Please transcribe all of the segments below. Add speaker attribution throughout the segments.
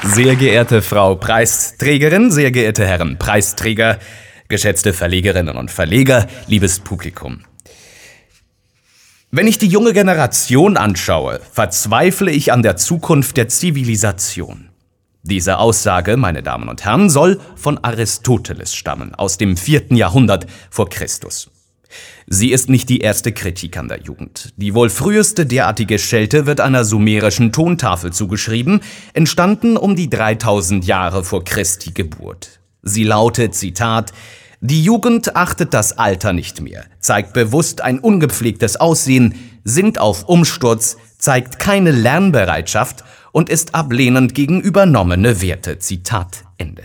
Speaker 1: Sehr geehrte Frau Preisträgerin, sehr geehrte Herren Preisträger, geschätzte Verlegerinnen und Verleger, liebes Publikum. Wenn ich die junge Generation anschaue, verzweifle ich an der Zukunft der Zivilisation. Diese Aussage, meine Damen und Herren, soll von Aristoteles stammen, aus dem 4. Jahrhundert vor Christus. Sie ist nicht die erste Kritik an der Jugend. Die wohl früheste derartige Schelte wird einer sumerischen Tontafel zugeschrieben, entstanden um die 3000 Jahre vor Christi Geburt. Sie lautet, Zitat: Die Jugend achtet das Alter nicht mehr, zeigt bewusst ein ungepflegtes Aussehen, sinnt auf Umsturz, zeigt keine Lernbereitschaft und ist ablehnend gegen übernommene Werte. Zitat Ende.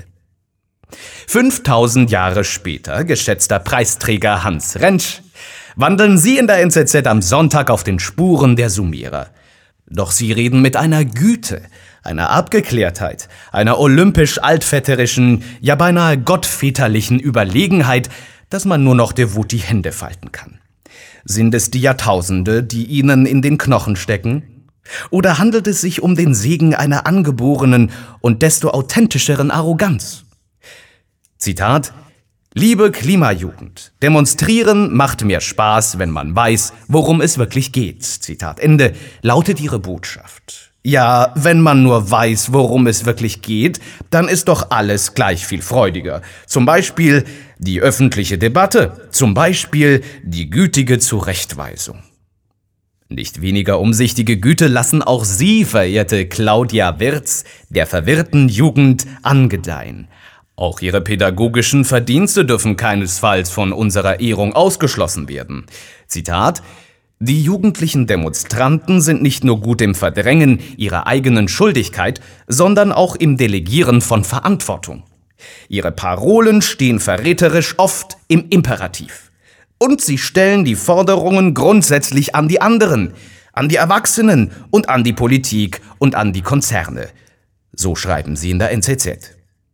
Speaker 1: 5000 Jahre später, geschätzter Preisträger Hans Rentsch, wandeln Sie in der NZZ am Sonntag auf den Spuren der Sumerer. Doch Sie reden mit einer Güte, einer Abgeklärtheit, einer olympisch-altväterischen, ja beinahe gottväterlichen Überlegenheit, dass man nur noch devot die Hände falten kann. Sind es die Jahrtausende, die Ihnen in den Knochen stecken? Oder handelt es sich um den Segen einer angeborenen und desto authentischeren Arroganz? Zitat: Liebe Klimajugend, demonstrieren macht mehr Spaß, wenn man weiß, worum es wirklich geht. Zitat Ende, lautet ihre Botschaft. Ja, wenn man nur weiß, worum es wirklich geht, dann ist doch alles gleich viel freudiger. Zum Beispiel die öffentliche Debatte, zum Beispiel die gütige Zurechtweisung. Nicht weniger umsichtige Güte lassen auch Sie, verehrte Claudia Wirz, der verwirrten Jugend angedeihen. Auch ihre pädagogischen Verdienste dürfen keinesfalls von unserer Ehrung ausgeschlossen werden. Zitat: Die jugendlichen Demonstranten sind nicht nur gut im Verdrängen ihrer eigenen Schuldigkeit, sondern auch im Delegieren von Verantwortung. Ihre Parolen stehen verräterisch oft im Imperativ. Und sie stellen die Forderungen grundsätzlich an die anderen, an die Erwachsenen und an die Politik und an die Konzerne. So schreiben sie in der NZZ.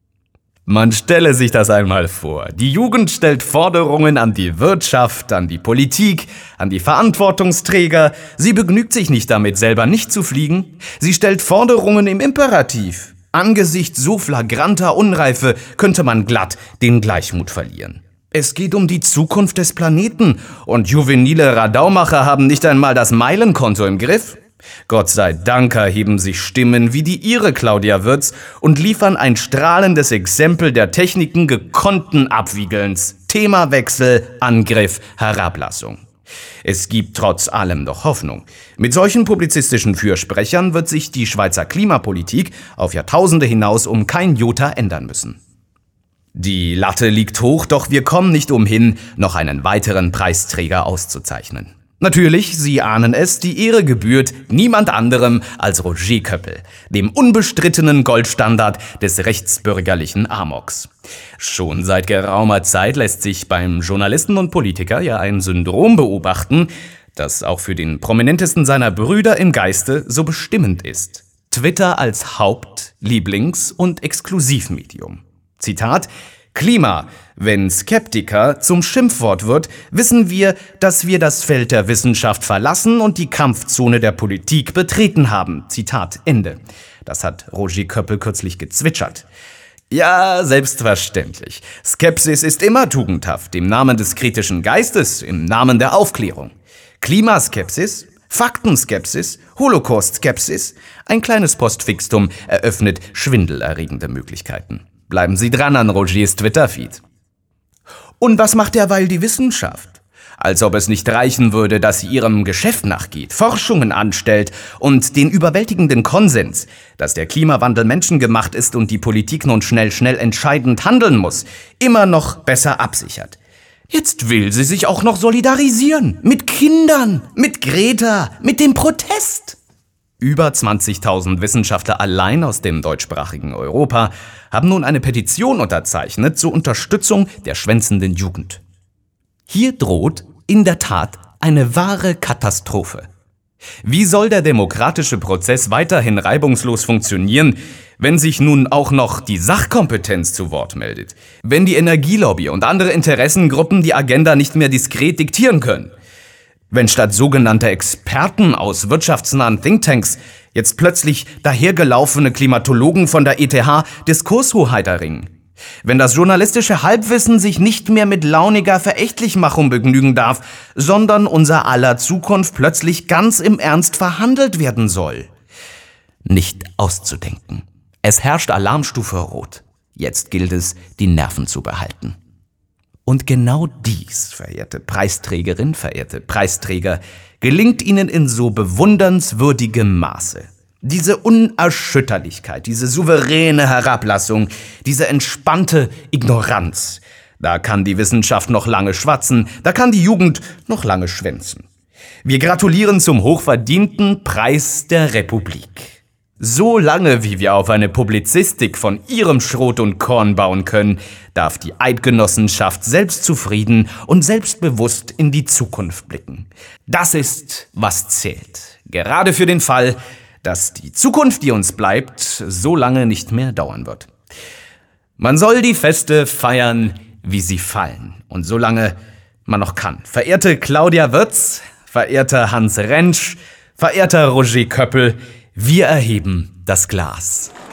Speaker 1: Man stelle sich das einmal vor. Die Jugend stellt Forderungen an die Wirtschaft, an die Politik, an die Verantwortungsträger. Sie begnügt sich nicht damit, selber nicht zu fliegen. Sie stellt Forderungen im Imperativ. Angesichts so flagranter Unreife könnte man glatt den Gleichmut verlieren. Es geht um die Zukunft des Planeten und juvenile Radaumacher haben nicht einmal das Meilenkonto im Griff. Gott sei Dank erheben sich Stimmen wie die Ihre, Claudia Wirz, und liefern ein strahlendes Exempel der Techniken gekonnten Abwiegelns. Themawechsel, Angriff, Herablassung. Es gibt trotz allem noch Hoffnung. Mit solchen publizistischen Fürsprechern wird sich die Schweizer Klimapolitik auf Jahrtausende hinaus um kein Jota ändern müssen. Die Latte liegt hoch, doch wir kommen nicht umhin, noch einen weiteren Preisträger auszuzeichnen. Natürlich, Sie ahnen es, die Ehre gebührt niemand anderem als Roger Köppel, dem unbestrittenen Goldstandard des rechtsbürgerlichen Amoks. Schon seit geraumer Zeit lässt sich beim Journalisten und Politiker ja ein Syndrom beobachten, das auch für den prominentesten seiner Brüder im Geiste so bestimmend ist. Twitter als Haupt-, Lieblings- und Exklusivmedium. Zitat: Klima. Wenn Skeptiker zum Schimpfwort wird, wissen wir, dass wir das Feld der Wissenschaft verlassen und die Kampfzone der Politik betreten haben. Zitat Ende. Das hat Roger Köppel kürzlich gezwitschert. Ja, selbstverständlich. Skepsis ist immer tugendhaft, im Namen des kritischen Geistes, im Namen der Aufklärung. Klimaskepsis, Faktenskepsis, Holocaust-Skepsis, ein kleines Postfixtum eröffnet schwindelerregende Möglichkeiten. Bleiben Sie dran an Rogers Twitter-Feed. Und was macht derweil die Wissenschaft? Als ob es nicht reichen würde, dass sie ihrem Geschäft nachgeht, Forschungen anstellt und den überwältigenden Konsens, dass der Klimawandel menschengemacht ist und die Politik nun schnell entscheidend handeln muss, immer noch besser absichert. Jetzt will sie sich auch noch solidarisieren. Mit Kindern, mit Greta, mit dem Protest. Über 20.000 Wissenschaftler allein aus dem deutschsprachigen Europa haben nun eine Petition unterzeichnet zur Unterstützung der schwänzenden Jugend. Hier droht in der Tat eine wahre Katastrophe. Wie soll der demokratische Prozess weiterhin reibungslos funktionieren, wenn sich nun auch noch die Sachkompetenz zu Wort meldet? Wenn die Energielobby und andere Interessengruppen die Agenda nicht mehr diskret diktieren können? Wenn statt sogenannter Experten aus wirtschaftsnahen Thinktanks Jetzt plötzlich dahergelaufene Klimatologen von der ETH Diskurshoheit erringen. Wenn das journalistische Halbwissen sich nicht mehr mit launiger Verächtlichmachung begnügen darf, sondern unser aller Zukunft plötzlich ganz im Ernst verhandelt werden soll. Nicht auszudenken. Es herrscht Alarmstufe Rot. Jetzt gilt es, die Nerven zu behalten. Und genau dies, verehrte Preisträgerin, verehrte Preisträger, gelingt Ihnen in so bewundernswürdigem Maße. Diese Unerschütterlichkeit, diese souveräne Herablassung, diese entspannte Ignoranz. Da kann die Wissenschaft noch lange schwatzen, da kann die Jugend noch lange schwänzen. Wir gratulieren zum hochverdienten Preis der Republik. So lange, wie wir auf eine Publizistik von ihrem Schrot und Korn bauen können, darf die Eidgenossenschaft selbstzufrieden und selbstbewusst in die Zukunft blicken. Das ist, was zählt. Gerade für den Fall, dass die Zukunft, die uns bleibt, so lange nicht mehr dauern wird. Man soll die Feste feiern, wie sie fallen. Und solange man noch kann. Verehrte Claudia Wirtz, verehrter Hans Rentsch, verehrter Roger Köppel, wir erheben das Glas.